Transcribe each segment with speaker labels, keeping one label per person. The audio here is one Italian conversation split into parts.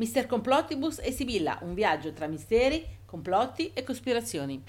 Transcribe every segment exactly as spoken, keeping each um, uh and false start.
Speaker 1: mister Complottibus e Sibilla, un viaggio tra misteri, complotti e cospirazioni.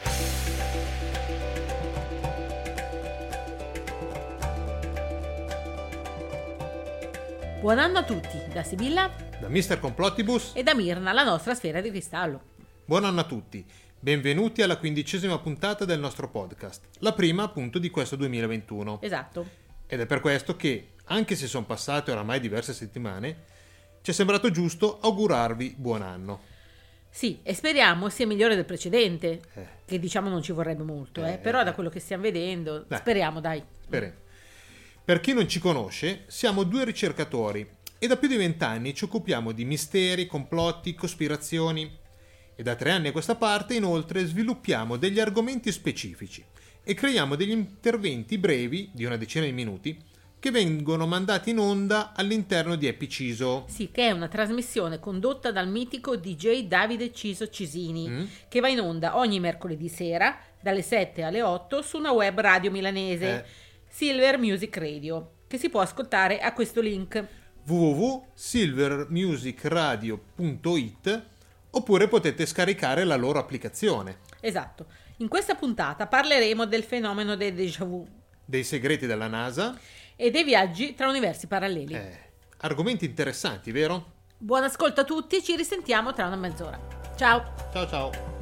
Speaker 1: Buon anno a tutti, da Sibilla,
Speaker 2: da mister Complottibus
Speaker 1: e da Mirna, la nostra sfera di cristallo.
Speaker 2: Buon anno a tutti, benvenuti alla quindicesima puntata del nostro podcast, la prima appunto di questo duemilaventuno.
Speaker 1: Esatto.
Speaker 2: Ed è per questo che, anche se sono passate oramai diverse settimane, ci è sembrato giusto augurarvi buon anno.
Speaker 1: Sì, e speriamo sia migliore del precedente,
Speaker 2: Eh.
Speaker 1: che diciamo non ci vorrebbe molto, eh,
Speaker 2: Eh,
Speaker 1: però
Speaker 2: eh.
Speaker 1: da quello che stiamo vedendo,
Speaker 2: Dai.
Speaker 1: speriamo, dai.
Speaker 2: Speriamo. Per chi non ci conosce, siamo due ricercatori e da più di vent'anni ci occupiamo di misteri, complotti, cospirazioni e da tre anni a questa parte inoltre sviluppiamo degli argomenti specifici e creiamo degli interventi brevi di una decina di minuti che vengono mandati in onda all'interno di Happy Ciso.
Speaker 1: Sì, che è una trasmissione condotta dal mitico D J Davide Ciso Cisini,
Speaker 2: Mm.
Speaker 1: che va in onda ogni mercoledì sera dalle sette alle otto su una web radio milanese,
Speaker 2: Eh.
Speaker 1: Silver Music Radio, che si può ascoltare a questo link.
Speaker 2: w w w punto silver music radio punto i t oppure potete scaricare la loro applicazione.
Speaker 1: Esatto. In questa puntata parleremo del fenomeno del déjà vu
Speaker 2: Dei segreti della NASA.
Speaker 1: e dei viaggi tra universi paralleli.
Speaker 2: Eh, argomenti interessanti, vero?
Speaker 1: Buon ascolto a tutti, ci risentiamo tra una mezz'ora. Ciao!
Speaker 2: Ciao ciao.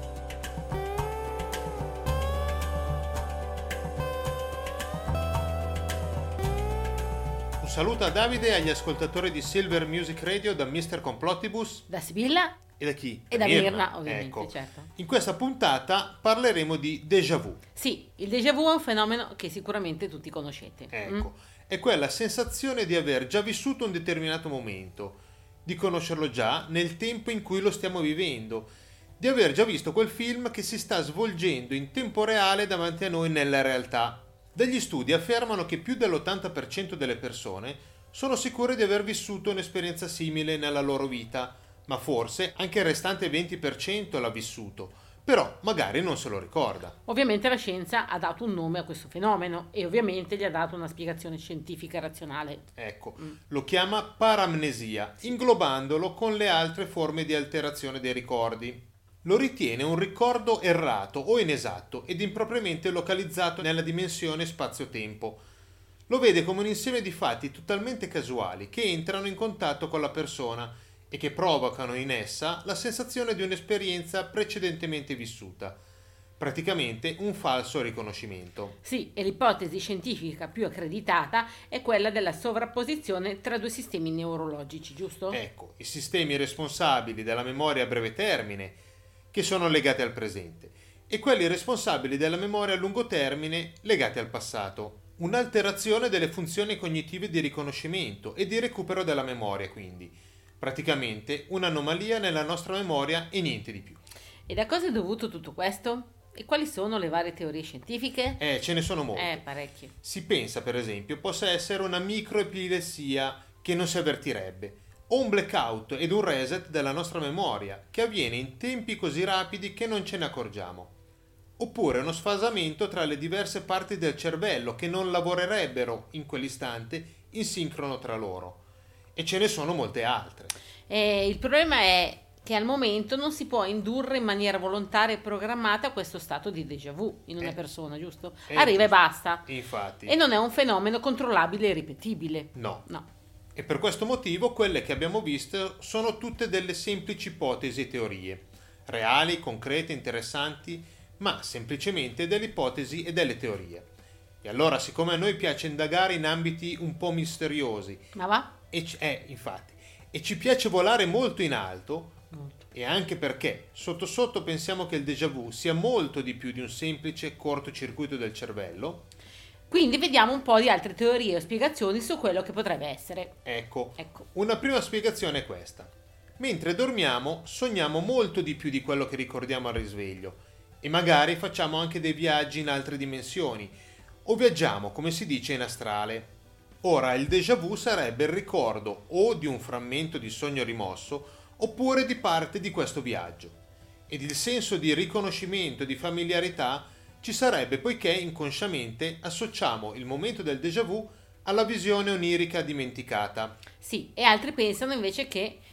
Speaker 2: Un saluto a Davide e agli ascoltatori di Silver Music Radio da mister Complottibus
Speaker 1: Da Sibilla
Speaker 2: e da chi?
Speaker 1: e da Mirna, ovviamente,
Speaker 2: Ecco.
Speaker 1: certo.
Speaker 2: In questa puntata parleremo di déjà vu.
Speaker 1: Sì, il déjà vu è un fenomeno che sicuramente tutti conoscete.
Speaker 2: Ecco, è quella sensazione di aver già vissuto un determinato momento, di conoscerlo già nel tempo in cui lo stiamo vivendo, di aver già visto quel film che si sta svolgendo in tempo reale davanti a noi nella realtà. Degli studi affermano che più dell'ottanta per cento delle persone sono sicure di aver vissuto un'esperienza simile nella loro vita, ma forse anche il restante venti per cento l'ha vissuto, però magari non se lo ricorda.
Speaker 1: Ovviamente la scienza ha dato un nome a questo fenomeno e ovviamente gli ha dato una spiegazione scientifica e razionale.
Speaker 2: Ecco, lo chiama paramnesia, inglobandolo con le altre forme di alterazione dei ricordi. Lo ritiene un ricordo errato o inesatto ed impropriamente localizzato nella dimensione spazio-tempo. Lo vede come un insieme di fatti totalmente casuali che entrano in contatto con la persona e che provocano in essa la sensazione di un'esperienza precedentemente vissuta. Praticamente un falso riconoscimento.
Speaker 1: Sì, e l'ipotesi scientifica più accreditata è quella della sovrapposizione tra due sistemi neurologici, giusto?
Speaker 2: Ecco, i sistemi responsabili della memoria a breve termine, che sono legati al presente, e quelli responsabili della memoria a lungo termine legati al passato. Un'alterazione delle funzioni cognitive di riconoscimento e di recupero della memoria, quindi. Praticamente un'anomalia nella nostra memoria e niente di più.
Speaker 1: E da cosa è dovuto tutto questo? E quali sono le varie teorie scientifiche?
Speaker 2: Eh, ce ne sono molte.
Speaker 1: Eh, parecchie.
Speaker 2: Si pensa, per esempio, possa essere una microepilessia che non si avvertirebbe, o un blackout ed un reset della nostra memoria, che avviene in tempi così rapidi che non ce ne accorgiamo. Oppure uno sfasamento tra le diverse parti del cervello che non lavorerebbero in quell'istante in sincrono tra loro. E ce ne sono molte altre.
Speaker 1: E il problema è che al momento non si può indurre in maniera volontaria e programmata questo stato di déjà vu in una
Speaker 2: Eh.
Speaker 1: persona, giusto?
Speaker 2: Eh,
Speaker 1: Arriva e
Speaker 2: giusto.
Speaker 1: basta.
Speaker 2: Infatti.
Speaker 1: E non è un fenomeno controllabile e ripetibile.
Speaker 2: No.
Speaker 1: No.
Speaker 2: E per questo motivo quelle che abbiamo visto sono tutte delle semplici ipotesi e teorie, reali, concrete, interessanti, ma semplicemente delle ipotesi e delle teorie. E allora, siccome a noi piace indagare in ambiti un po' misteriosi,
Speaker 1: Ma va?
Speaker 2: e ci, eh, infatti, e ci piace volare molto in alto,
Speaker 1: Molto.
Speaker 2: e anche perché sotto sotto pensiamo che il déjà vu sia molto di più di un semplice cortocircuito del cervello,
Speaker 1: Quindi vediamo un po' di altre teorie o spiegazioni su quello che potrebbe essere.
Speaker 2: ecco,
Speaker 1: Ecco.
Speaker 2: una prima spiegazione è questa. Mentre dormiamo, sogniamo molto di più di quello che ricordiamo al risveglio e magari facciamo anche dei viaggi in altre dimensioni o viaggiamo, come si dice, in astrale. Ora, il déjà vu sarebbe il ricordo o di un frammento di sogno rimosso oppure di parte di questo viaggio. Ed il senso di riconoscimento e di familiarità ci sarebbe poiché inconsciamente associamo il momento del déjà vu alla visione onirica dimenticata.
Speaker 1: Sì, e altri pensano invece che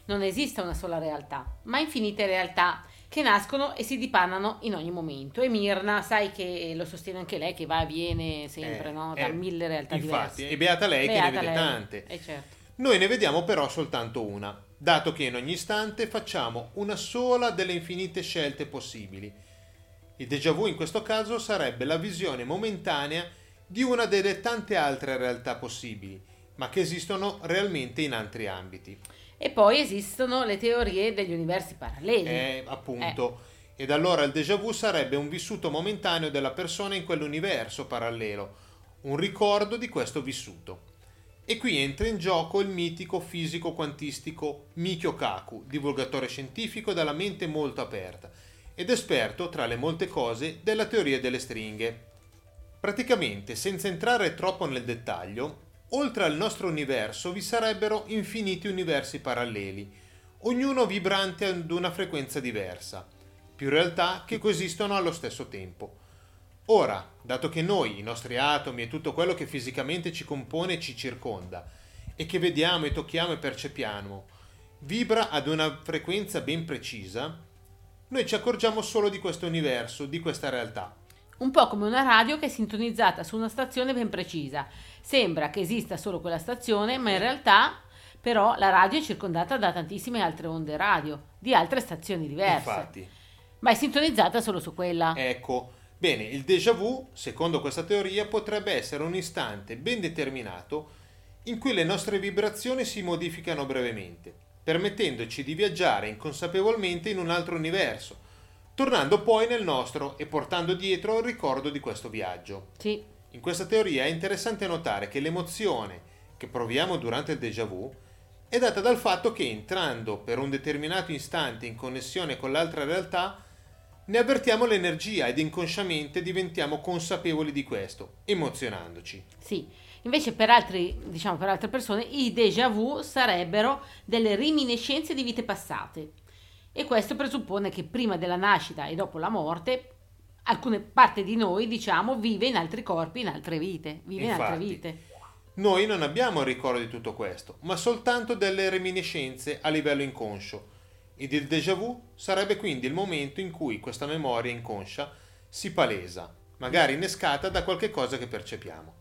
Speaker 1: non esista una sola realtà, ma infinite realtà che nascono e si dipanano in ogni momento. E Mirna, sai che lo sostiene anche lei, che va e viene sempre,
Speaker 2: Eh,
Speaker 1: no? Da
Speaker 2: eh,
Speaker 1: mille realtà
Speaker 2: infatti,
Speaker 1: diverse.
Speaker 2: e beata lei che ne
Speaker 1: Beata
Speaker 2: vede
Speaker 1: lei.
Speaker 2: tante.
Speaker 1: Eh, certo.
Speaker 2: Noi ne vediamo però soltanto una, dato che in ogni istante facciamo una sola delle infinite scelte possibili. Il déjà vu in questo caso sarebbe la visione momentanea di una delle tante altre realtà possibili, ma che esistono realmente in altri ambiti.
Speaker 1: E poi esistono le teorie degli universi paralleli.
Speaker 2: Eh, appunto. Ed allora il déjà vu sarebbe un vissuto momentaneo della persona in quell'universo parallelo, un ricordo di questo vissuto. E qui entra in gioco il mitico fisico quantistico Mikio Kaku, divulgatore scientifico dalla mente molto aperta ed esperto, tra le molte cose, della teoria delle stringhe. Praticamente, senza entrare troppo nel dettaglio, oltre al nostro universo vi sarebbero infiniti universi paralleli, ognuno vibrante ad una frequenza diversa, più realtà che coesistono allo stesso tempo. Ora, dato che noi, i nostri atomi e tutto quello che fisicamente ci compone e ci circonda, e che vediamo e tocchiamo e percepiamo, vibra ad una frequenza ben precisa, noi ci accorgiamo solo di questo universo, di questa realtà.
Speaker 1: Un po' come una radio che è sintonizzata su una stazione ben precisa. Sembra che esista solo quella stazione, ma in realtà però la radio è circondata da tantissime altre onde radio, di altre stazioni diverse.
Speaker 2: Infatti.
Speaker 1: Ma è sintonizzata solo su quella.
Speaker 2: Ecco, bene, il déjà vu, secondo questa teoria, potrebbe essere un istante ben determinato in cui le nostre vibrazioni si modificano brevemente, permettendoci di viaggiare inconsapevolmente in un altro universo, tornando poi nel nostro e portando dietro il ricordo di questo viaggio.
Speaker 1: Sì.
Speaker 2: In questa teoria è interessante notare che l'emozione che proviamo durante il déjà vu è data dal fatto che entrando per un determinato istante in connessione con l'altra realtà ne avvertiamo l'energia ed inconsciamente diventiamo consapevoli di questo, emozionandoci.
Speaker 1: Sì. Invece per altri, diciamo per altre persone, i déjà vu sarebbero delle reminiscenze di vite passate. E questo presuppone che prima della nascita e dopo la morte alcune parti di noi, diciamo, vive in altri corpi, in altre vite, vive
Speaker 2: Infatti,
Speaker 1: in altre vite.
Speaker 2: Noi non abbiamo il ricordo di tutto questo, ma soltanto delle reminiscenze a livello inconscio. Ed il déjà vu sarebbe quindi il momento in cui questa memoria inconscia si palesa, magari innescata da qualche cosa che percepiamo.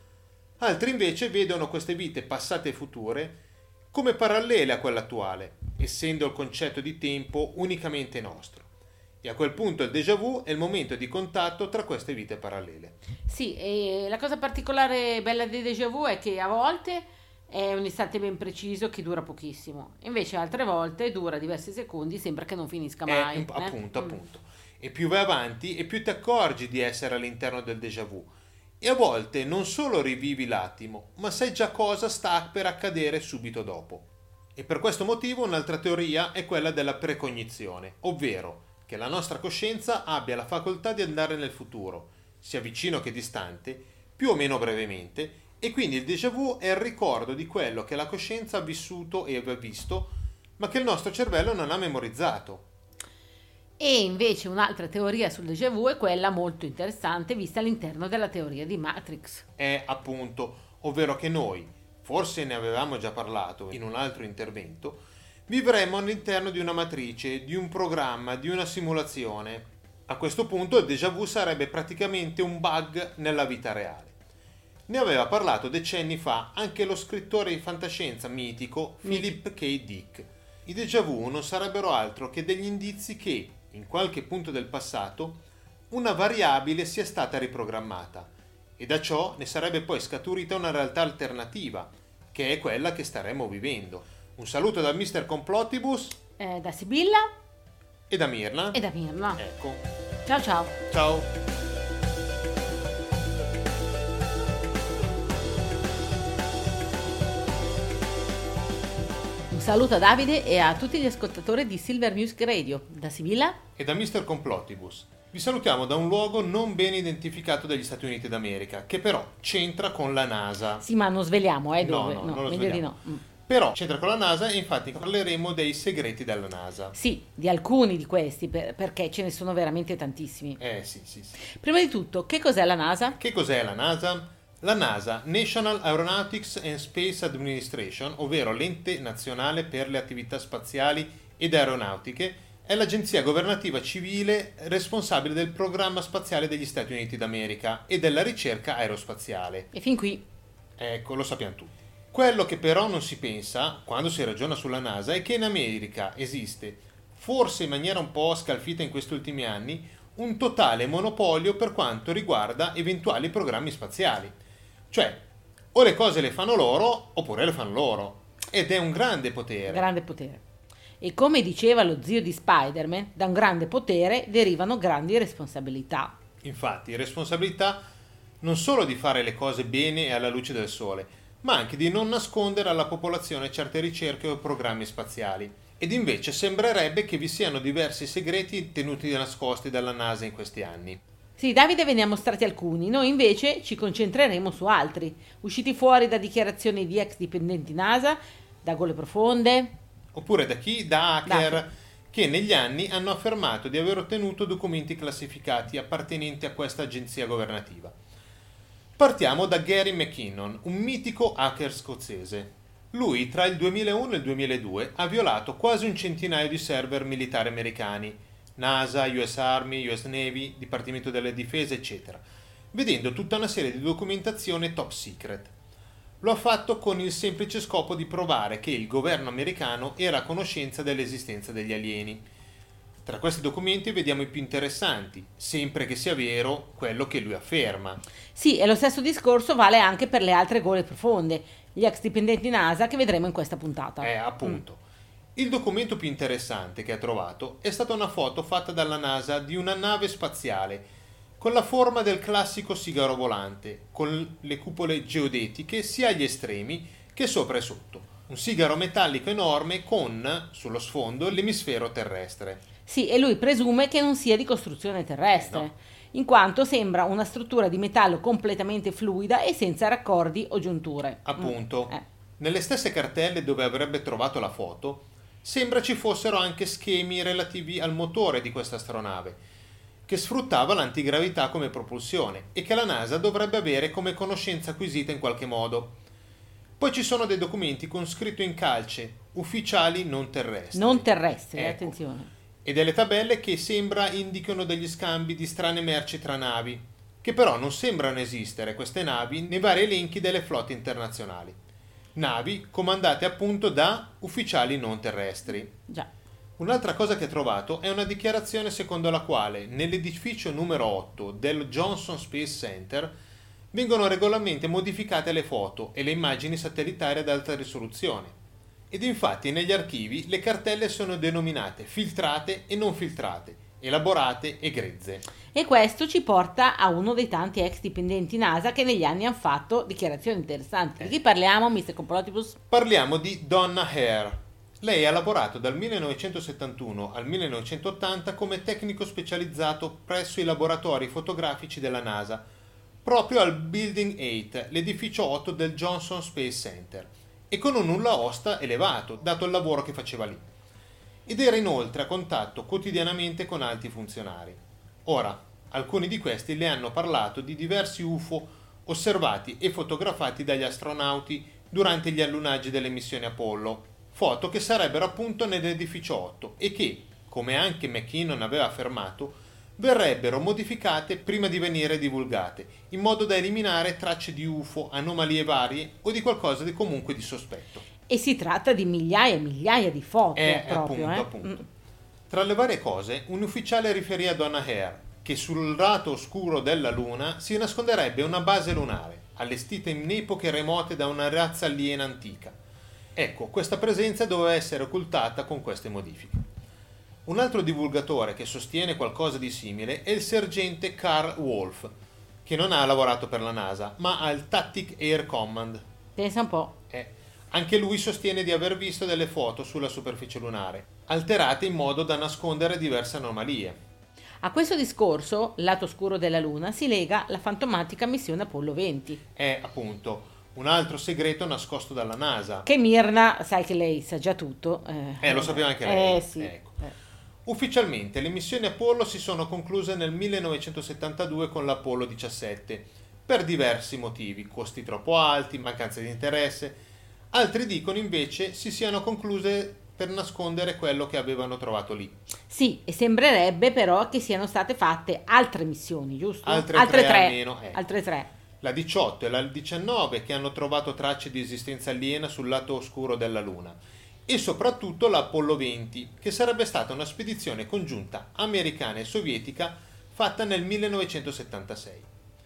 Speaker 2: Altri invece vedono queste vite passate e future come parallele a quella attuale, essendo il concetto di tempo unicamente nostro. E a quel punto il déjà vu è il momento di contatto tra queste vite parallele.
Speaker 1: Sì, e la cosa particolare bella dei déjà vu è che a volte è un istante ben preciso che dura pochissimo, invece altre volte dura diversi secondi, sembra che non finisca mai.
Speaker 2: Eh,
Speaker 1: eh?
Speaker 2: appunto,
Speaker 1: Mm.
Speaker 2: appunto. E più vai avanti e più ti accorgi di essere all'interno del déjà vu. E a volte non solo rivivi l'attimo, ma sai già cosa sta per accadere subito dopo. E per questo motivo un'altra teoria è quella della precognizione, ovvero che la nostra coscienza abbia la facoltà di andare nel futuro, sia vicino che distante, più o meno brevemente, e quindi il déjà vu è il ricordo di quello che la coscienza ha vissuto e aveva visto, ma che il nostro cervello non ha memorizzato.
Speaker 1: E invece un'altra teoria sul déjà vu è quella molto interessante vista all'interno della teoria di Matrix.
Speaker 2: È appunto, ovvero che noi, forse ne avevamo già parlato in un altro intervento, vivremmo all'interno di una matrice, di un programma, di una simulazione. A questo punto il déjà vu sarebbe praticamente un bug nella vita reale. Ne aveva parlato decenni fa anche lo scrittore di fantascienza mitico Philip K. Dick. I déjà vu non sarebbero altro che degli indizi che, in qualche punto del passato, una variabile sia stata riprogrammata e da ciò ne sarebbe poi scaturita una realtà alternativa, che è quella che staremmo vivendo. Un saluto da mister Complottibus
Speaker 1: Eh, da Sibilla
Speaker 2: e da Mirna.
Speaker 1: e da Mirna.
Speaker 2: Ecco.
Speaker 1: Ciao ciao.
Speaker 2: Ciao.
Speaker 1: Un saluto a Davide e a tutti gli ascoltatori di Silver Music Radio. Da Sibilla
Speaker 2: E da mister Complottibus. Vi salutiamo da un luogo non ben identificato dagli Stati Uniti d'America, che però c'entra con la NASA.
Speaker 1: Sì, ma non sveliamo, eh,
Speaker 2: No,
Speaker 1: dove?
Speaker 2: no, non lo
Speaker 1: meglio
Speaker 2: svegliamo.
Speaker 1: di no. Mm.
Speaker 2: Però c'entra con la NASA e infatti parleremo dei segreti della NASA.
Speaker 1: Sì, di alcuni di questi, per- perché ce ne sono veramente tantissimi.
Speaker 2: Eh sì, sì, sì.
Speaker 1: Prima di tutto, che cos'è la NASA?
Speaker 2: Che cos'è la NASA? La NASA, National Aeronautics and Space Administration, ovvero l'ente nazionale per le attività spaziali ed aeronautiche, è l'agenzia governativa civile responsabile del programma spaziale degli Stati Uniti d'America e della ricerca aerospaziale.
Speaker 1: E fin qui.
Speaker 2: Ecco, lo sappiamo tutti. Quello che però non si pensa, quando si ragiona sulla NASA, è che in America esiste, forse in maniera un po' scalfita in questi ultimi anni, un totale monopolio per quanto riguarda eventuali programmi spaziali. Cioè, o le cose le fanno loro, oppure le fanno loro. Ed è un grande potere.
Speaker 1: Grande potere. E come diceva lo zio di Spider-Man, da un grande potere derivano grandi responsabilità.
Speaker 2: Infatti, responsabilità non solo di fare le cose bene e alla luce del sole, ma anche di non nascondere alla popolazione certe ricerche o programmi spaziali. Ed invece sembrerebbe che vi siano diversi segreti tenuti nascosti dalla NASA in questi anni.
Speaker 1: Sì, Davide ve ne ha mostrati alcuni, noi invece ci concentreremo su altri, usciti fuori da dichiarazioni di ex dipendenti NASA, da gole profonde.
Speaker 2: Oppure da chi? Da hacker,
Speaker 1: Da-
Speaker 2: che negli anni hanno affermato di aver ottenuto documenti classificati appartenenti a questa agenzia governativa. Partiamo da Gary McKinnon, un mitico hacker scozzese. Lui tra il duemilauno e il duemiladue ha violato quasi un centinaio di server militari americani, NASA, U S Army, U S Navy, Dipartimento della Difesa, eccetera, vedendo tutta una serie di documentazione top secret. Lo ha fatto con il semplice scopo di provare che il governo americano era a conoscenza dell'esistenza degli alieni. Tra questi documenti vediamo i più interessanti, sempre che sia vero quello che lui afferma.
Speaker 1: Sì, e lo stesso discorso vale anche per le altre gole profonde, gli ex dipendenti NASA che vedremo in questa puntata.
Speaker 2: Eh, appunto. Il documento più interessante che ha trovato è stata una foto fatta dalla NASA di una nave spaziale con la forma del classico sigaro volante, con le cupole geodetiche sia agli estremi che sopra e sotto. Un sigaro metallico enorme con, sullo sfondo, l'emisfero terrestre.
Speaker 1: Sì, e lui presume che non sia di costruzione terrestre,
Speaker 2: Eh, no.
Speaker 1: in quanto sembra una struttura di metallo completamente fluida e senza raccordi o giunture.
Speaker 2: Appunto,
Speaker 1: Mm, eh.
Speaker 2: nelle stesse cartelle dove avrebbe trovato la foto, sembra ci fossero anche schemi relativi al motore di questa astronave, che sfruttava l'antigravità come propulsione e che la NASA dovrebbe avere come conoscenza acquisita in qualche modo. Poi ci sono dei documenti con scritto in calce, ufficiali non terrestri.
Speaker 1: Non terrestri,
Speaker 2: Ecco.
Speaker 1: attenzione.
Speaker 2: E delle tabelle che sembra indicano degli scambi di strane merci tra navi, che però non sembrano esistere queste navi nei vari elenchi delle flotte internazionali. Navi comandate appunto da ufficiali non terrestri.
Speaker 1: Già.
Speaker 2: Un'altra cosa che ho trovato è una dichiarazione secondo la quale nell'edificio numero otto del Johnson Space Center vengono regolarmente modificate le foto e le immagini satellitari ad alta risoluzione. Ed infatti negli archivi le cartelle sono denominate filtrate e non filtrate, elaborate e grezze.
Speaker 1: E questo ci porta a uno dei tanti ex dipendenti NASA che negli anni hanno fatto dichiarazioni interessanti. Di chi parliamo, mister Complotibus?
Speaker 2: Parliamo di Donna Hare. Lei ha lavorato dal millenovecentosettantuno al millenovecentottanta come tecnico specializzato presso i laboratori fotografici della NASA, proprio al Building otto, l'edificio otto del Johnson Space Center, e con un nulla osta elevato, dato il lavoro che faceva lì. Ed era inoltre a contatto quotidianamente con alti funzionari. Ora, alcuni di questi le hanno parlato di diversi U F O osservati e fotografati dagli astronauti durante gli allunaggi delle missioni Apollo, foto che sarebbero appunto nell'edificio otto e che, come anche McKinnon aveva affermato, verrebbero modificate prima di venire divulgate, in modo da eliminare tracce di U F O, anomalie varie o di qualcosa di comunque di sospetto.
Speaker 1: E si tratta di migliaia e migliaia di foto,
Speaker 2: Eh,
Speaker 1: proprio,
Speaker 2: appunto,
Speaker 1: eh.
Speaker 2: appunto.
Speaker 1: Mm.
Speaker 2: Tra le varie cose, un ufficiale riferì a Donna Hare che sul lato oscuro della Luna si nasconderebbe una base lunare, allestita in epoche remote da una razza aliena antica. Ecco, questa presenza doveva essere occultata con queste modifiche. Un altro divulgatore che sostiene qualcosa di simile è il sergente Carl Wolf, che non ha lavorato per la NASA, ma al Tactic Air Command.
Speaker 1: Pensa un po'.
Speaker 2: Eh, anche lui sostiene di aver visto delle foto sulla superficie lunare, alterate in modo da nascondere diverse anomalie.
Speaker 1: A questo discorso, lato oscuro della Luna, si lega la fantomatica missione Apollo venti.
Speaker 2: È appunto un altro segreto nascosto dalla NASA.
Speaker 1: Che Mirna, sai che lei sa già tutto. Eh,
Speaker 2: Eh, lo sapeva anche lei.
Speaker 1: Eh sì.
Speaker 2: Ecco.
Speaker 1: Eh.
Speaker 2: Ufficialmente le missioni Apollo si sono concluse nel millenovecentosettantadue con l'Apollo diciassette, per diversi motivi, costi troppo alti, mancanza di interesse. Altri dicono invece si siano concluse per nascondere quello che avevano trovato lì.
Speaker 1: Sì, e sembrerebbe però che siano state fatte altre missioni, giusto?
Speaker 2: Altre,
Speaker 1: altre
Speaker 2: tre,
Speaker 1: tre,
Speaker 2: almeno. Ecco.
Speaker 1: Altre tre.
Speaker 2: La diciotto e la diciannove che hanno trovato tracce di esistenza aliena sul lato oscuro della Luna. E soprattutto l'Apollo venti, che sarebbe stata una spedizione congiunta americana e sovietica fatta nel millenovecentosettantasei.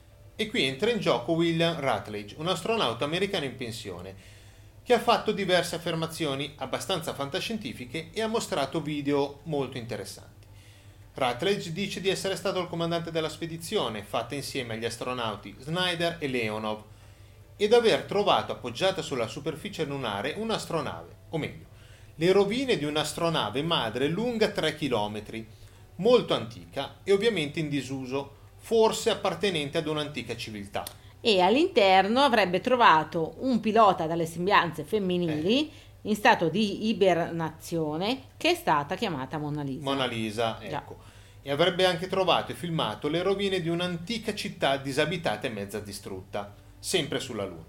Speaker 2: E qui entra in gioco William Rutledge, un astronauta americano in pensione, che ha fatto diverse affermazioni abbastanza fantascientifiche e ha mostrato video molto interessanti. Rutledge dice di essere stato il comandante della spedizione, fatta insieme agli astronauti Snyder e Leonov, ed aver trovato appoggiata sulla superficie lunare un'astronave, o meglio, le rovine di un'astronave madre lunga tre chilometri, molto antica e ovviamente in disuso, forse appartenente ad un'antica civiltà.
Speaker 1: E all'interno avrebbe trovato un pilota dalle sembianze femminili eh. in stato di ibernazione, che è stata chiamata Mona Lisa.
Speaker 2: Mona Lisa, ecco. Già. E avrebbe anche trovato e filmato le rovine di un'antica città disabitata e mezza distrutta, sempre sulla Luna.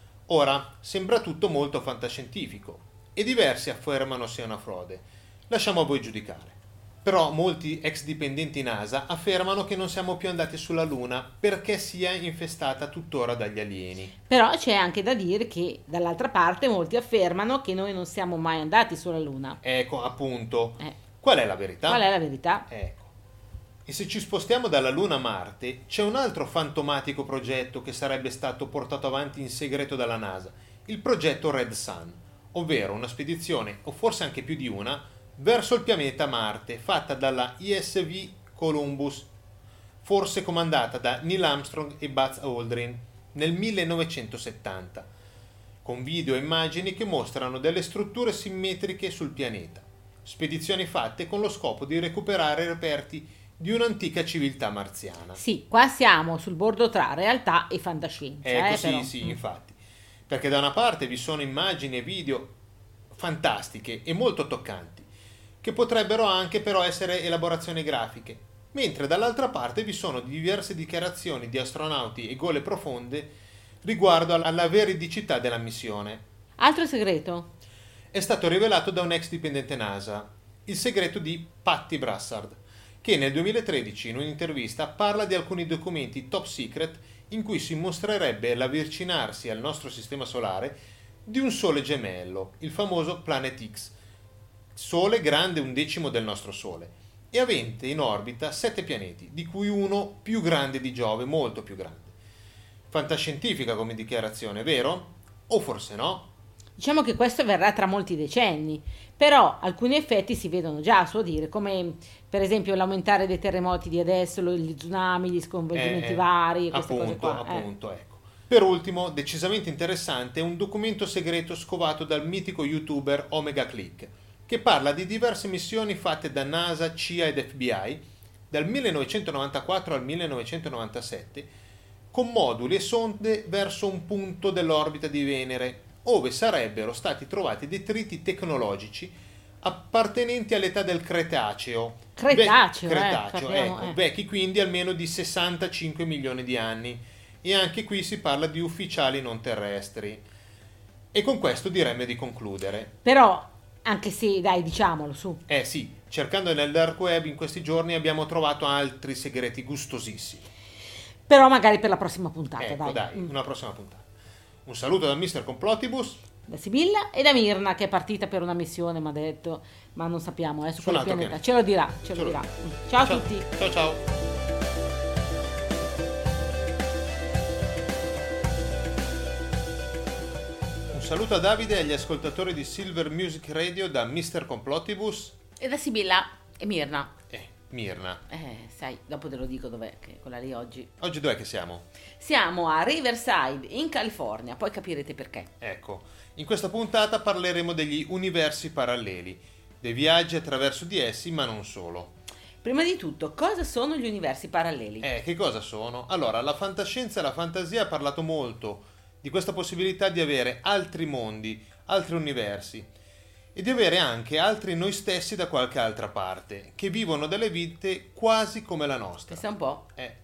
Speaker 2: Ora, sembra tutto molto fantascientifico e diversi affermano sia una frode. Lasciamo a voi giudicare. Però molti ex dipendenti NASA affermano che non siamo più andati sulla Luna perché sia infestata tuttora dagli alieni.
Speaker 1: Però c'è anche da dire che dall'altra parte molti affermano che noi non siamo mai andati sulla Luna.
Speaker 2: Ecco, appunto.
Speaker 1: Eh.
Speaker 2: Qual è la verità?
Speaker 1: Qual è la verità?
Speaker 2: Ecco. E se ci spostiamo dalla Luna a Marte, c'è un altro fantomatico progetto che sarebbe stato portato avanti in segreto dalla NASA, il progetto Red Sun, ovvero una spedizione, o forse anche più di una, verso il pianeta Marte, fatta dalla I S V Columbus, forse comandata da Neil Armstrong e Buzz Aldrin nel millenovecentosettanta, con video e immagini che mostrano delle strutture simmetriche sul pianeta, spedizioni fatte con lo scopo di recuperare reperti di un'antica civiltà marziana.
Speaker 1: Sì, qua siamo sul bordo tra realtà e fantascienza.
Speaker 2: Ecco,
Speaker 1: eh,
Speaker 2: sì,
Speaker 1: però.
Speaker 2: sì, infatti. Perché da una parte vi sono immagini e video fantastiche e molto toccanti, che potrebbero anche però essere elaborazioni grafiche, mentre dall'altra parte vi sono diverse dichiarazioni di astronauti e gole profonde riguardo alla veridicità della missione.
Speaker 1: Altro segreto?
Speaker 2: È stato rivelato da un ex dipendente NASA, il segreto di Patty Brassard, che nel duemilatredici in un'intervista parla di alcuni documenti top secret in cui si mostrerebbe l'avvicinarsi al nostro sistema solare di un sole gemello, il famoso Planet X, Sole grande un decimo del nostro Sole, e avente in orbita sette pianeti, di cui uno più grande di Giove, molto più grande. Fantascientifica come dichiarazione, vero? O forse no?
Speaker 1: Diciamo che questo avverrà tra molti decenni, però alcuni effetti si vedono già, a suo dire, come per esempio l'aumentare dei terremoti di adesso, gli tsunami, gli sconvolgimenti
Speaker 2: eh,
Speaker 1: vari, queste
Speaker 2: appunto,
Speaker 1: cose qua.
Speaker 2: Appunto, eh. ecco. Per ultimo, decisamente interessante, è un documento segreto scovato dal mitico youtuber Omega Click, che parla di diverse missioni fatte da NASA, C I A ed F B I dal millenovecentonovantaquattro al millenovecentonovantasette con moduli e sonde verso un punto dell'orbita di Venere, ove sarebbero stati trovati detriti tecnologici appartenenti all'età del Cretaceo.
Speaker 1: Cretaceo,
Speaker 2: Ve- Cretaceo
Speaker 1: eh,
Speaker 2: ecco,
Speaker 1: eh.
Speaker 2: vecchi quindi almeno di sessantacinque milioni di anni, e anche qui si parla di ufficiali non terrestri. E con questo diremmo di concludere.
Speaker 1: Però, anche se, dai, diciamolo, su.
Speaker 2: Eh sì, cercando nel dark web in questi giorni abbiamo trovato altri segreti gustosissimi.
Speaker 1: Però magari per la prossima puntata,
Speaker 2: Ecco,
Speaker 1: dai.
Speaker 2: dai,
Speaker 1: Mm.
Speaker 2: una prossima puntata. Un saluto da mister Complotibus.
Speaker 1: Da Sibilla e da Mirna, che è partita per una missione, mi ha detto, ma non sappiamo, eh, su
Speaker 2: Su un
Speaker 1: quale
Speaker 2: altro
Speaker 1: pianeta.
Speaker 2: pianeta.
Speaker 1: Ce lo dirà, ce,
Speaker 2: Ce
Speaker 1: lo
Speaker 2: lo
Speaker 1: dirà.
Speaker 2: dirà.
Speaker 1: Mm. Ciao,
Speaker 2: Ciao.
Speaker 1: a tutti.
Speaker 2: Ciao ciao. Un saluto a Davide e agli ascoltatori di Silver Music Radio da mister Complotibus
Speaker 1: E da Sibilla e Mirna.
Speaker 2: e Mirna.
Speaker 1: Eh, sai, dopo te lo dico dov'è, che quella lì oggi.
Speaker 2: Oggi dov'è che siamo?
Speaker 1: Siamo a Riverside, in California, poi capirete perché.
Speaker 2: Ecco, in questa puntata parleremo degli universi paralleli, dei viaggi attraverso di essi, ma non solo.
Speaker 1: Prima di tutto, cosa sono gli universi paralleli?
Speaker 2: Eh, che cosa sono? Allora, la fantascienza e la fantasia ha parlato molto di questa possibilità di avere altri mondi, altri universi, e di avere anche altri noi stessi da qualche altra parte, che vivono delle vite quasi come la nostra.
Speaker 1: Pensa un po'.
Speaker 2: Eh,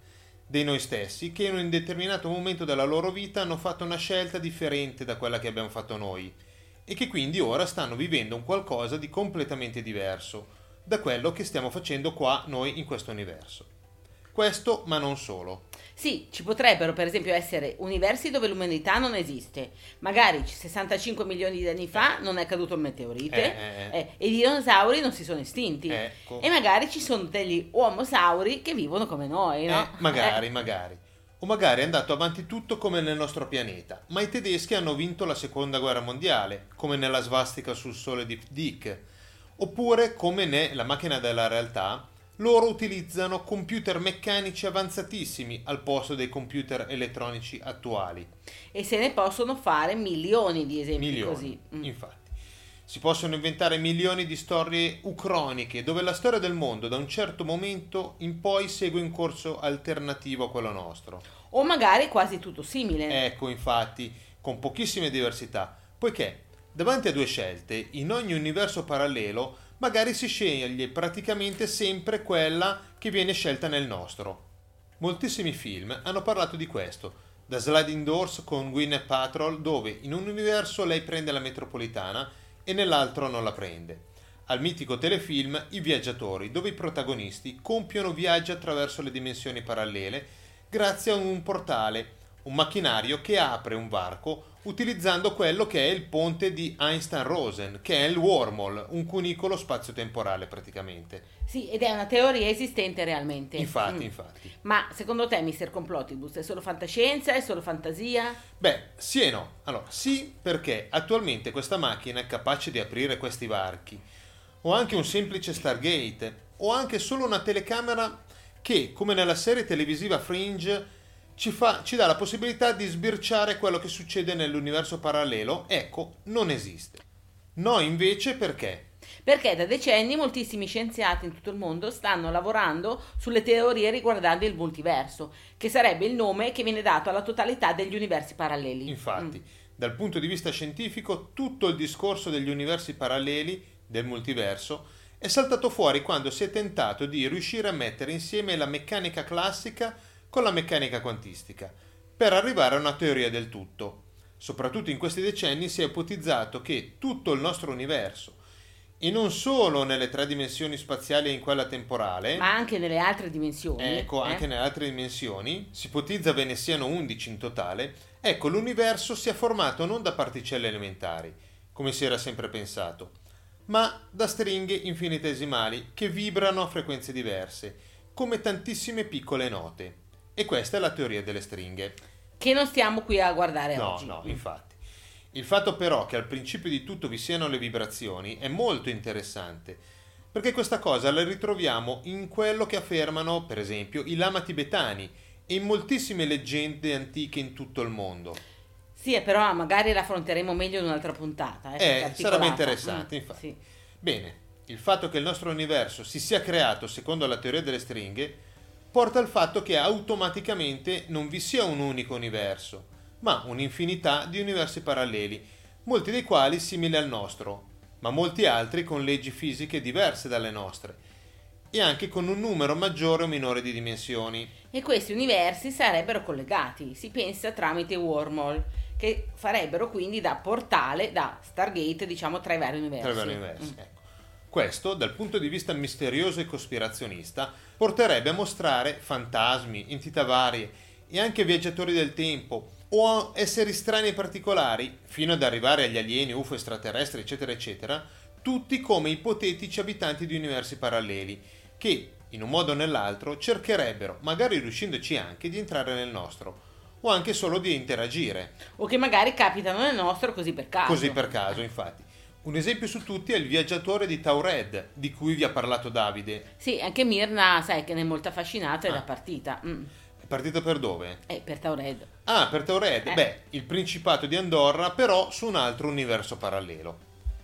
Speaker 2: dei noi stessi che in un determinato momento della loro vita hanno fatto una scelta differente da quella che abbiamo fatto noi e che quindi ora stanno vivendo un qualcosa di completamente diverso da quello che stiamo facendo qua noi in questo universo. Questo, ma non solo.
Speaker 1: Sì, ci potrebbero per esempio essere universi dove l'umanità non esiste, magari sessantacinque milioni di anni fa non è caduto un meteorite
Speaker 2: Eh, eh,
Speaker 1: eh, e i dinosauri non si sono estinti,
Speaker 2: Ecco.
Speaker 1: e magari ci sono degli uomosauri che vivono come noi, no?
Speaker 2: Eh, magari,
Speaker 1: Eh,
Speaker 2: magari. O magari è andato avanti tutto come nel nostro pianeta, ma i tedeschi hanno vinto la seconda guerra mondiale, come nella svastica sul sole di Dick. Oppure, come nella macchina della realtà, loro utilizzano computer meccanici avanzatissimi al posto dei computer elettronici attuali.
Speaker 1: e se ne possono fare milioni di esempi
Speaker 2: Milioni,
Speaker 1: così. Mm.
Speaker 2: infatti. Si possono inventare milioni di storie ucroniche dove la storia del mondo da un certo momento in poi segue un corso alternativo a quello nostro.
Speaker 1: O magari quasi tutto simile.
Speaker 2: Ecco, infatti, con pochissime diversità, poiché davanti a due scelte, in ogni universo parallelo, magari si sceglie praticamente sempre quella che viene scelta nel nostro. Moltissimi film hanno parlato di questo, da Sliding Doors con Gwyneth Paltrow, dove in un universo lei prende la metropolitana e nell'altro non la prende, al mitico telefilm I Viaggiatori, dove i protagonisti compiono viaggi attraverso le dimensioni parallele grazie a un portale, un macchinario che apre un varco utilizzando quello che è il ponte di Einstein-Rosen, che è il wormhole, un cunicolo spazio-temporale praticamente.
Speaker 1: Sì, ed è una teoria esistente realmente.
Speaker 2: Infatti,
Speaker 1: Mm.
Speaker 2: infatti.
Speaker 1: Ma secondo te, mister Complottibus, è solo fantascienza, è solo fantasia?
Speaker 2: Beh, sì e no. Allora, sì, perché attualmente questa macchina è capace di aprire questi varchi, o anche un semplice Stargate, o anche solo una telecamera che, come nella serie televisiva Fringe, ci, fa, ci dà la possibilità di sbirciare quello che succede nell'universo parallelo. Ecco, non esiste. No, invece, perché?
Speaker 1: Perché da decenni moltissimi scienziati in tutto il mondo stanno lavorando sulle teorie riguardanti il multiverso, che sarebbe il nome che viene dato alla totalità degli universi paralleli.
Speaker 2: Infatti,
Speaker 1: Mm.
Speaker 2: dal punto di vista scientifico, tutto il discorso degli universi paralleli, del multiverso, è saltato fuori quando si è tentato di riuscire a mettere insieme la meccanica classica con la meccanica quantistica, per arrivare a una teoria del tutto. Soprattutto in questi decenni si è ipotizzato che tutto il nostro universo, e non solo nelle tre dimensioni spaziali e in quella temporale,
Speaker 1: Ma anche nelle altre dimensioni.
Speaker 2: ecco,
Speaker 1: eh?
Speaker 2: anche nelle altre dimensioni, si ipotizza ve ne siano undici in totale, ecco, l'universo sia formato non da particelle elementari, come si era sempre pensato, ma da stringhe infinitesimali che vibrano a frequenze diverse, come tantissime piccole note. E questa è la teoria delle stringhe.
Speaker 1: Che non stiamo qui a guardare
Speaker 2: No,
Speaker 1: oggi.
Speaker 2: no, infatti. Il fatto però che al principio di tutto vi siano le vibrazioni è molto interessante, perché questa cosa la ritroviamo in quello che affermano, per esempio, i lama tibetani e in moltissime leggende antiche in tutto il mondo.
Speaker 1: Sì, però magari la affronteremo meglio in un'altra puntata. Eh, perché
Speaker 2: Eh,
Speaker 1: è
Speaker 2: sarebbe
Speaker 1: articolata.
Speaker 2: interessante,
Speaker 1: Mm,
Speaker 2: infatti.
Speaker 1: sì.
Speaker 2: Bene, il fatto che il nostro universo si sia creato secondo la teoria delle stringhe porta al fatto che automaticamente non vi sia un unico universo, ma un'infinità di universi paralleli, molti dei quali simili al nostro, ma molti altri con leggi fisiche diverse dalle nostre, e anche con un numero maggiore o minore di dimensioni.
Speaker 1: E questi universi sarebbero collegati, si pensa tramite wormhole, che farebbero quindi da portale, da Stargate, diciamo, tra i vari universi.
Speaker 2: Tra i vari universi,
Speaker 1: Mm.
Speaker 2: ecco. Questo, dal punto di vista misterioso e cospirazionista, porterebbe a mostrare fantasmi, entità varie e anche viaggiatori del tempo o esseri strani e particolari, fino ad arrivare agli alieni, U F O extraterrestri, eccetera, eccetera, tutti come ipotetici abitanti di universi paralleli, che, in un modo o nell'altro, cercherebbero, magari riuscendoci anche, di entrare nel nostro, o anche solo di interagire.
Speaker 1: O che magari capitano nel nostro così per caso.
Speaker 2: Così per caso, infatti. Un esempio su tutti è il viaggiatore di Taured, di cui vi ha parlato Davide.
Speaker 1: Sì, anche Mirna, sai che ne è molto affascinata ed
Speaker 2: Ah.
Speaker 1: è partita. Mm.
Speaker 2: È partito per dove?
Speaker 1: Eh, per Taured.
Speaker 2: Ah, per Taured.
Speaker 1: Eh.
Speaker 2: Beh, il Principato di Andorra, però su un altro universo parallelo.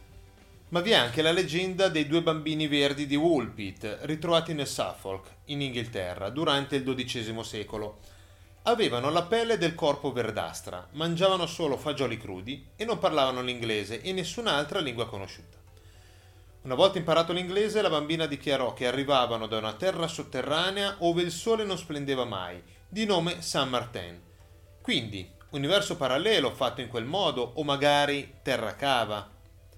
Speaker 2: Ma vi è anche la leggenda dei due bambini verdi di Woolpit, ritrovati nel Suffolk, in Inghilterra, durante il dodicesimo secolo. Avevano la pelle del corpo verdastra, mangiavano solo fagioli crudi e non parlavano l'inglese e nessun'altra lingua conosciuta. Una volta imparato l'inglese, la bambina dichiarò che arrivavano da una terra sotterranea ove il sole non splendeva mai, di nome Saint-Martin. Quindi, universo parallelo fatto in quel modo o magari terra cava?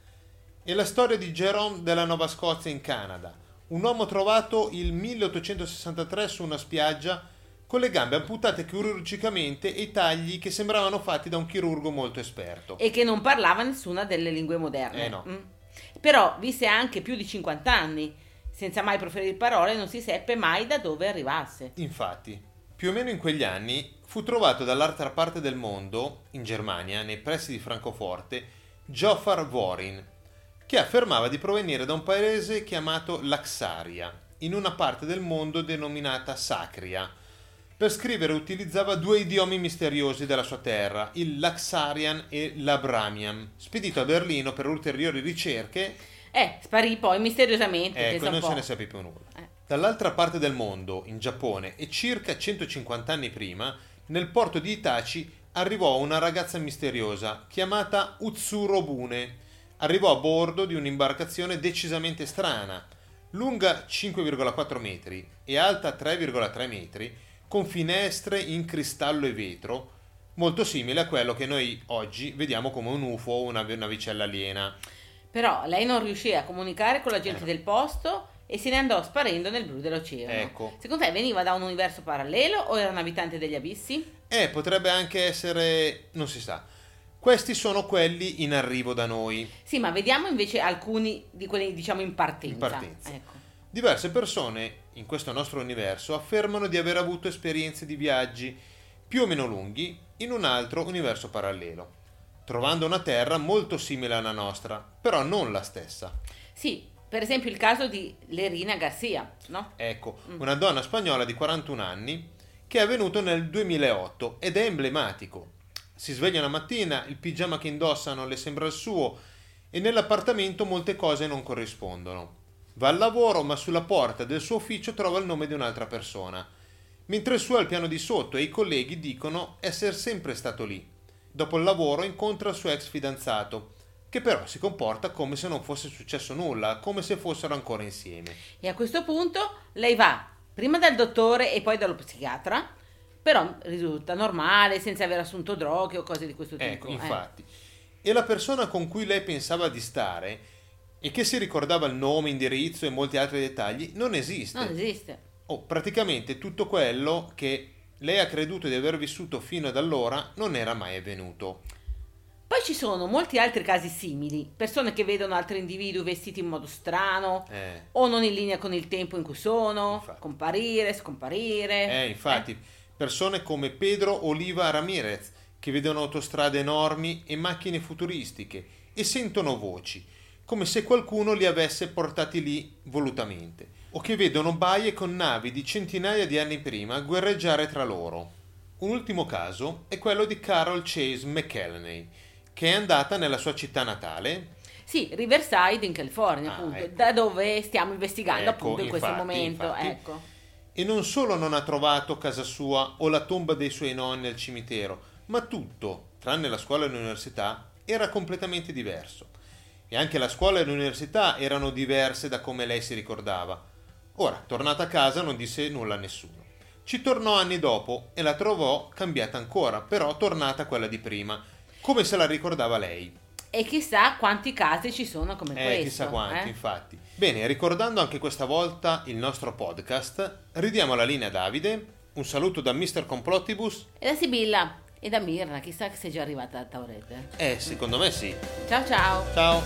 Speaker 2: E la storia di Jerome della Nuova Scozia in Canada, un uomo trovato il milleottocentosessantatré su una spiaggia con le gambe amputate chirurgicamente e tagli che sembravano fatti da un chirurgo molto esperto.
Speaker 1: E che non parlava nessuna delle lingue moderne.
Speaker 2: Eh no.
Speaker 1: Mm. Però visse anche più di cinquanta anni, senza mai proferire parole, non si seppe mai da dove arrivasse.
Speaker 2: Infatti, più o meno in quegli anni fu trovato dall'altra parte del mondo, in Germania, nei pressi di Francoforte, Jofar Vorin, che affermava di provenire da un paese chiamato Laxaria, in una parte del mondo denominata Sacria. Per scrivere utilizzava due idiomi misteriosi della sua terra, il Laxarian e l'Abramian. Spedito a Berlino per ulteriori ricerche,
Speaker 1: Eh, sparì poi misteriosamente.
Speaker 2: ecco, non se ne sapeva più nulla.
Speaker 1: Eh.
Speaker 2: Dall'altra parte del mondo, in Giappone, e circa centocinquanta anni prima, nel porto di Itachi arrivò una ragazza misteriosa chiamata Utsurobune. Arrivò a bordo di un'imbarcazione decisamente strana, lunga cinque virgola quattro metri e alta tre virgola tre metri, con finestre in cristallo e vetro, molto simile a quello che noi oggi vediamo come un U F O o una navicella aliena.
Speaker 1: Però lei non riuscì a comunicare con la gente
Speaker 2: Eh.
Speaker 1: del posto e se ne andò sparendo nel blu dell'oceano.
Speaker 2: Ecco.
Speaker 1: Secondo te veniva da un universo parallelo o era un abitante degli abissi?
Speaker 2: Eh, potrebbe anche essere, non si sa. Questi sono quelli in arrivo da noi.
Speaker 1: Sì, ma vediamo invece alcuni di quelli, diciamo, in partenza.
Speaker 2: In partenza.
Speaker 1: Ecco.
Speaker 2: Diverse persone in questo nostro universo affermano di aver avuto esperienze di viaggi più o meno lunghi in un altro universo parallelo, trovando una Terra molto simile alla nostra, però non la stessa.
Speaker 1: Sì, per esempio il caso di Lerina Garcia, no?
Speaker 2: Ecco,
Speaker 1: Mm.
Speaker 2: una donna spagnola di quarantuno anni che è avvenuto nel duemilaotto ed è emblematico. Si sveglia una mattina, il pigiama che indossano le sembra il suo e nell'appartamento molte cose non corrispondono. Va al lavoro, ma sulla porta del suo ufficio trova il nome di un'altra persona, mentre il suo è al piano di sotto e i colleghi dicono essere sempre stato lì. Dopo il lavoro incontra il suo ex fidanzato, che però si comporta come se non fosse successo nulla, come se fossero ancora insieme.
Speaker 1: E a questo punto lei va prima dal dottore e poi dallo psichiatra, però risulta normale, senza aver assunto droghe o cose di questo tipo.
Speaker 2: Ecco,
Speaker 1: eh.
Speaker 2: infatti. E la persona con cui lei pensava di stare e che si ricordava il nome, indirizzo e molti altri dettagli non esiste.
Speaker 1: Non esiste.
Speaker 2: Oh, praticamente tutto quello che lei ha creduto di aver vissuto fino ad allora non era mai avvenuto.
Speaker 1: Poi ci sono molti altri casi simili, persone che vedono altri individui vestiti in modo strano
Speaker 2: Eh,
Speaker 1: o non in linea con il tempo in cui sono,
Speaker 2: Infatti.
Speaker 1: comparire, scomparire.
Speaker 2: eh infatti, persone come Pedro Oliva Ramirez che vedono autostrade enormi e macchine futuristiche e sentono voci, come se qualcuno li avesse portati lì volutamente, o che vedono baie con navi di centinaia di anni prima guerreggiare tra loro. Un ultimo caso è quello di Carol Chase McElhenney, che è andata nella sua città natale.
Speaker 1: Sì, Riverside in California,
Speaker 2: Ah,
Speaker 1: appunto,
Speaker 2: ecco.
Speaker 1: da dove stiamo investigando
Speaker 2: Ecco,
Speaker 1: appunto in questo
Speaker 2: infatti,
Speaker 1: momento.
Speaker 2: infatti.
Speaker 1: Ecco.
Speaker 2: E non solo non ha trovato casa sua o la tomba dei suoi nonni al cimitero, ma tutto, tranne la scuola e l'università, era completamente diverso. E anche la scuola e l'università erano diverse da come lei si ricordava. Ora, tornata a casa, non disse nulla a nessuno. Ci tornò anni dopo e la trovò cambiata ancora, però tornata quella di prima, come se la ricordava lei.
Speaker 1: E chissà quanti casi ci sono come
Speaker 2: Eh,
Speaker 1: questo.
Speaker 2: chissà quanti,
Speaker 1: eh?
Speaker 2: infatti. Bene, ricordando anche questa volta il nostro podcast, ridiamo la linea a Davide, un saluto da mister Complottibus.
Speaker 1: E da Sibilla e da Mirna, chissà che sei già arrivata a Taurette.
Speaker 2: Eh, secondo me sì.
Speaker 1: Ciao ciao!
Speaker 2: Ciao!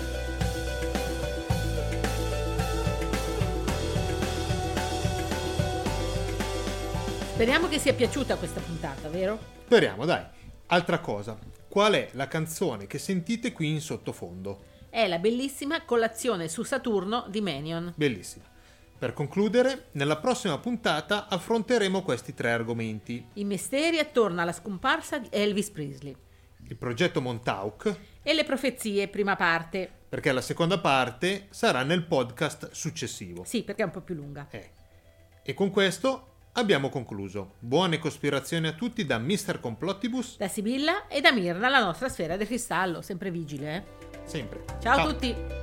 Speaker 1: Speriamo che sia piaciuta questa puntata, vero?
Speaker 2: Speriamo, dai. Altra cosa, qual è la canzone che sentite qui in sottofondo?
Speaker 1: È la bellissima Colazione su Saturno di Menion.
Speaker 2: Bellissima. Per concludere, nella prossima puntata affronteremo questi tre argomenti.
Speaker 1: I misteri attorno alla scomparsa di Elvis Presley.
Speaker 2: Il progetto Montauk,
Speaker 1: E le profezie, prima parte.
Speaker 2: perché la seconda parte sarà nel podcast successivo.
Speaker 1: Sì, perché è un po' più lunga.
Speaker 2: Eh. E con questo abbiamo concluso. Buone cospirazioni a tutti da mister Complottibus.
Speaker 1: Da Sibilla e da Mirna, la nostra sfera del cristallo, sempre vigile. Eh?
Speaker 2: Sempre.
Speaker 1: Ciao a tutti!